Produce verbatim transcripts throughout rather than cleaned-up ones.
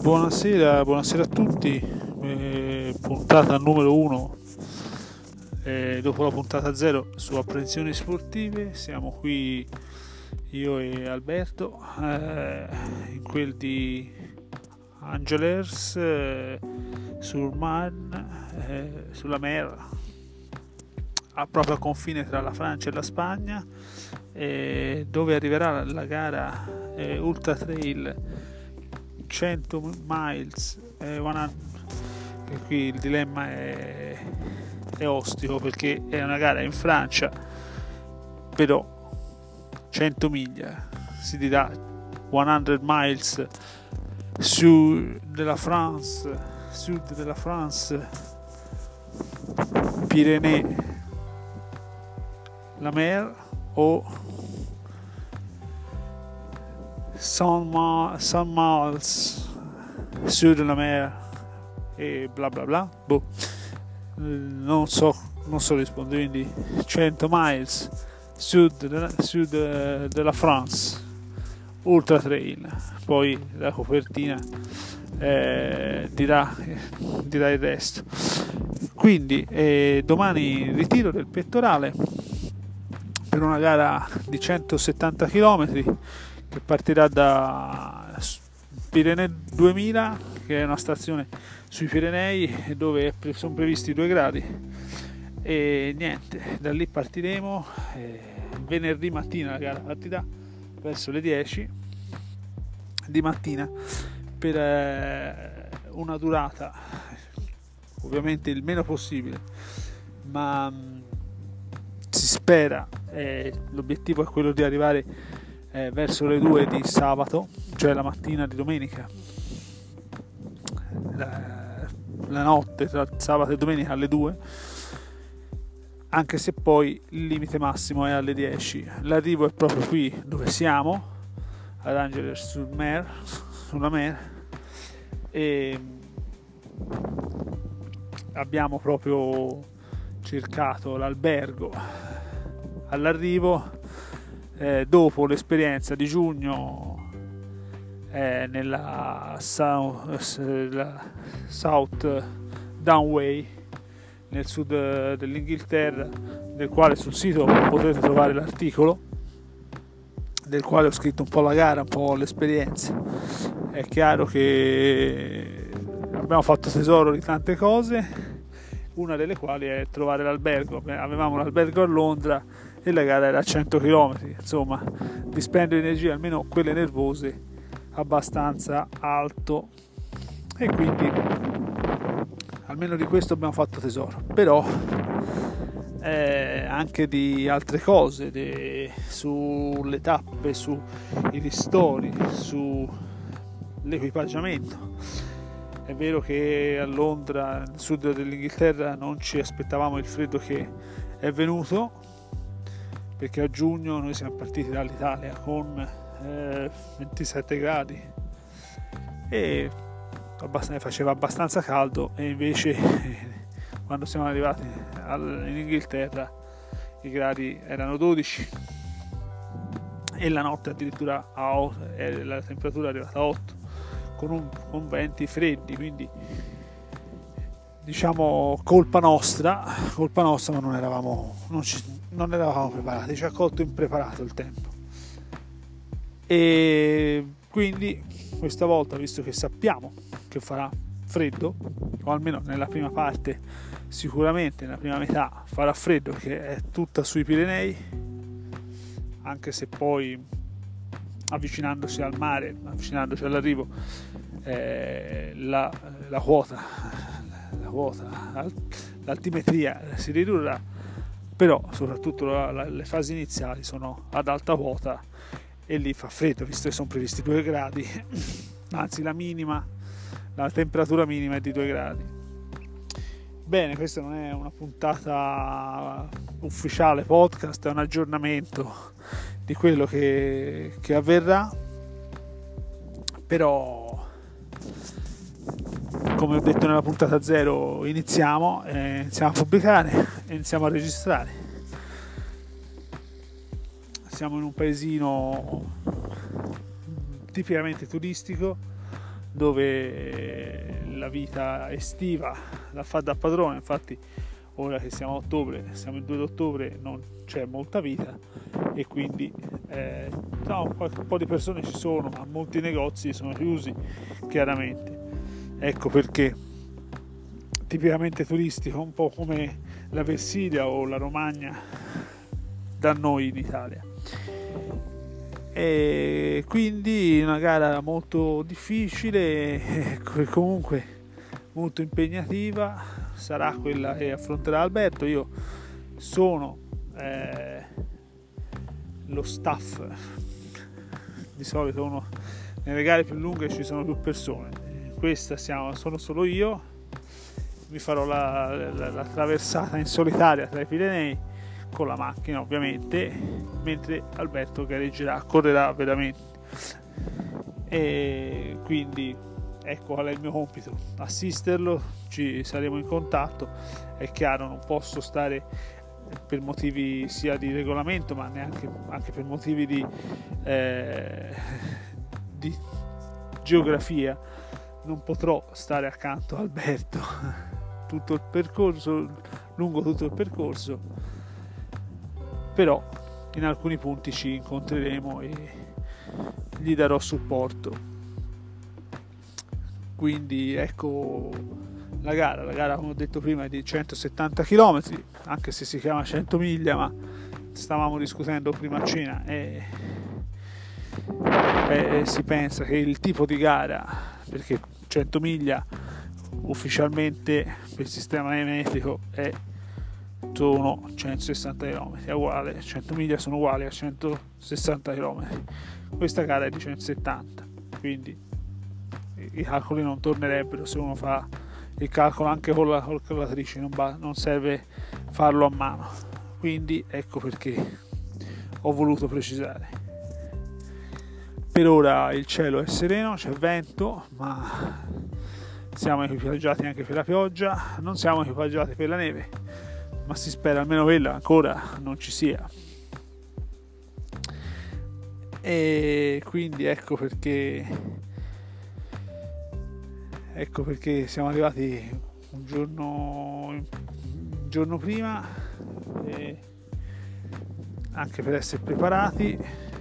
Buonasera, buonasera a tutti, eh, puntata numero uno, eh, dopo la puntata zero su apprensioni sportive. Siamo qui io e Alberto, eh, in quel di Angers, eh, sul Marne, eh, sulla Mer, a proprio al confine tra la Francia e la Spagna, eh, dove arriverà la gara eh, Ultra Trail cento miles, eh, cento. E qui il dilemma è, è ostico, perché è una gara in Francia, però cento miglia, si dirà cento miles sud della France, sud della France, Pirenei, la Mer, o cent miles sud della Mer e bla bla bla. Boh. Non so, non so rispondere, quindi cento miles sud della, sud della France, Ultra Trail. Poi la copertina eh, dirà, dirà il resto. Quindi eh, domani ritiro del pettorale per una gara di centosettanta chilometri che partirà da Pirenei duemila, che è una stazione sui Pirenei dove sono previsti due gradi, e niente, da lì partiremo. eh, venerdì mattina la gara partirà verso le dieci di mattina per eh, una durata ovviamente il meno possibile, ma mh, si spera, eh, l'obiettivo è quello di arrivare Eh, verso le due di sabato, cioè la mattina di domenica, la, la notte tra sabato e domenica alle due, anche se poi il limite massimo è alle dieci. L'arrivo è proprio qui dove siamo, ad Angers sul Mer, sulla Mer, e abbiamo proprio cercato l'albergo all'arrivo. Eh, dopo l'esperienza di giugno eh, nella South, la South Downway nel sud dell'Inghilterra, del quale sul sito potete trovare l'articolo, del quale ho scritto un po' la gara, un po' l'esperienza. È chiaro che abbiamo fatto tesoro di tante cose, una delle quali è trovare l'albergo. Avevamo l'albergo a Londra e la gara era a cento chilometri, insomma dispendio di energie, almeno quelle nervose, abbastanza alto, e quindi almeno di questo abbiamo fatto tesoro. Però eh, anche di altre cose, de, sulle tappe, sui ristori, sull'equipaggiamento. È vero che a Londra, nel sud dell'Inghilterra, non ci aspettavamo il freddo che è venuto, perché a giugno noi siamo partiti dall'Italia con eh, ventisette gradi e abbast- faceva abbastanza caldo, e invece quando siamo arrivati al- in Inghilterra i gradi erano dodici e la notte addirittura a otto, eh, la temperatura è arrivata a otto, con, un, con venti freddi, quindi diciamo colpa nostra, colpa nostra, ma non eravamo, non, ci, non eravamo preparati, ci ha colto impreparato il tempo. E quindi questa volta, visto che sappiamo che farà freddo, o almeno nella prima parte sicuramente, nella prima metà farà freddo, che è tutta sui Pirenei, anche se poi avvicinandosi al mare, avvicinandosi all'arrivo, eh, la, la quota la quota, l'altimetria si ridurrà, però soprattutto la, la, le fasi iniziali sono ad alta quota e lì fa freddo, visto che sono previsti due gradi, anzi la minima, la temperatura minima è di due gradi. Bene, questa non è una puntata ufficiale podcast, è un aggiornamento di quello che, che avverrà, però come ho detto nella puntata zero, iniziamo, eh, iniziamo a pubblicare e iniziamo a registrare. Siamo in un paesino tipicamente turistico dove la vita estiva la fa da padrone. Infatti ora che siamo a ottobre, siamo il due di ottobre, non c'è molta vita, e quindi eh, no, un po' di persone ci sono, ma molti negozi sono chiusi, chiaramente. Ecco perché tipicamente turistico, un po' come la Versilia o la Romagna da noi in Italia. E quindi una gara molto difficile, comunque molto impegnativa sarà quella che affronterà Alberto. Io sono eh, lo staff, di solito uno, nelle gare più lunghe ci sono più persone, questa siamo, sono solo io, mi farò la, la, la traversata in solitaria tra i Pirenei con la macchina ovviamente, mentre Alberto gareggerà, correrà veramente. E quindi ecco qual è il mio compito: assisterlo, ci saremo in contatto. È chiaro, non posso stare, per motivi sia di regolamento ma neanche anche per motivi di, eh, di geografia, non potrò stare accanto a Alberto tutto il percorso, lungo tutto il percorso, però in alcuni punti ci incontreremo e gli darò supporto. Quindi ecco la gara, la gara come ho detto prima è di centosettanta chilometri, anche se si chiama cento miglia, ma stavamo discutendo prima a cena e, e si pensa che il tipo di gara, perché cento miglia ufficialmente per il sistema metrico è sono centosessanta chilometri, è uguale, cento miglia sono uguali a centosessanta chilometri, questa gara è di centosettanta, quindi i calcoli non tornerebbero se uno fa il calcolo anche con la calcolatrice, non, va, non serve farlo a mano. Quindi ecco perché ho voluto precisare. Per ora il cielo è sereno, c'è vento, ma siamo equipaggiati anche per la pioggia, non siamo equipaggiati per la neve, ma si spera almeno quella ancora non ci sia. E quindi ecco perché ecco perché siamo arrivati un giorno un giorno prima, e anche per essere preparati.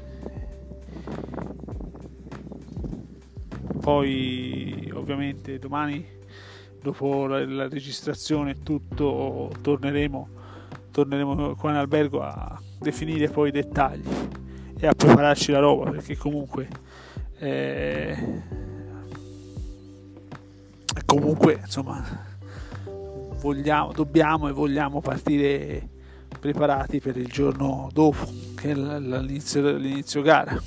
Poi ovviamente domani, dopo la, la registrazione e tutto, torneremo torneremo qua in albergo a definire poi i dettagli e a prepararci la roba, perché comunque eh, comunque insomma vogliamo, dobbiamo e vogliamo partire preparati per il giorno dopo, che è l'inizio, l'inizio gara.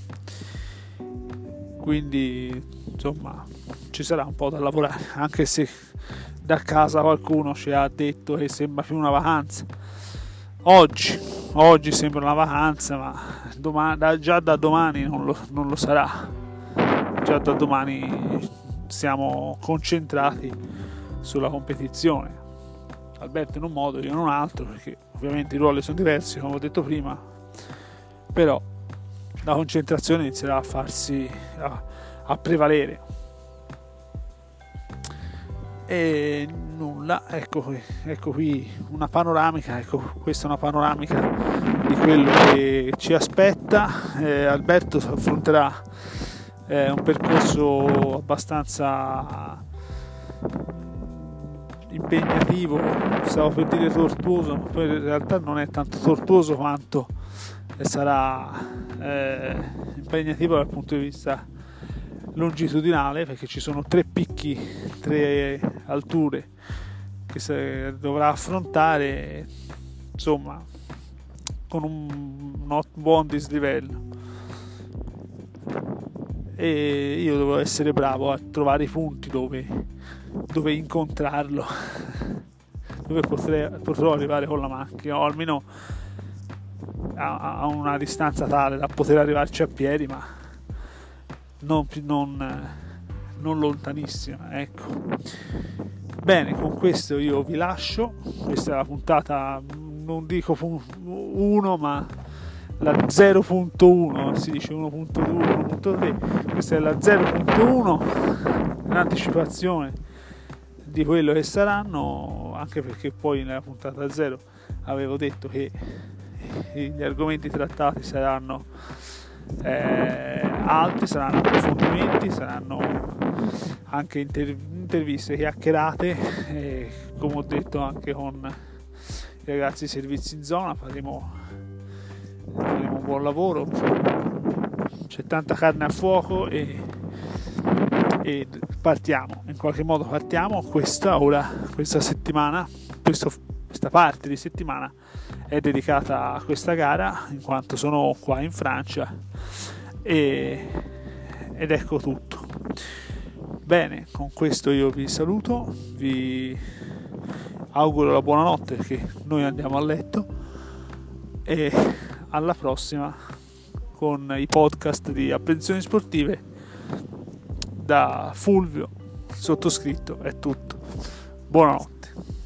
Quindi insomma ci sarà un po' da lavorare, anche se da casa qualcuno ci ha detto che sembra più una vacanza. Oggi, oggi sembra una vacanza, ma domani, da, già da domani non lo, non lo sarà. Già da domani siamo concentrati sulla competizione. Alberto in un modo, io in un altro, perché ovviamente i ruoli sono diversi, come ho detto prima, però la concentrazione inizierà a farsi a, a prevalere. E nulla, ecco qui, ecco qui una panoramica, ecco questa è una panoramica di quello che ci aspetta. eh, Alberto affronterà eh, un percorso abbastanza impegnativo, stavo per dire tortuoso, ma poi in realtà non è tanto tortuoso quanto sarà eh, impegnativo dal punto di vista longitudinale, perché ci sono tre picchi, tre alture che dovrà affrontare, insomma, con un, un buon dislivello, e io devo essere bravo a trovare i punti dove, dove incontrarlo, dove potrei, potrò arrivare con la macchina, o almeno a, a una distanza tale da poter arrivarci a piedi, ma non, non, non lontanissima, ecco. Bene, con questo io vi lascio. Questa è la puntata, non dico uno, ma la zero punto uno, si dice uno punto due, uno punto tre, questa è la zero punto uno in anticipazione di quello che saranno, anche perché poi nella puntata zero avevo detto che gli argomenti trattati saranno eh, altri, saranno approfondimenti, saranno anche inter- interviste, chiacchierate, e come ho detto anche con i ragazzi di servizi in zona faremo, faremo un buon lavoro, c'è tanta carne a fuoco e, e partiamo, in qualche modo partiamo. Questa ora, questa settimana, questo, questa parte di settimana è dedicata a questa gara, in quanto sono qua in Francia e, ed ecco tutto. Bene, con questo io vi saluto, vi auguro la buonanotte perché noi andiamo a letto e alla prossima con i podcast di Apprensioni Sportive. Da Fulvio sottoscritto è tutto. Buonanotte.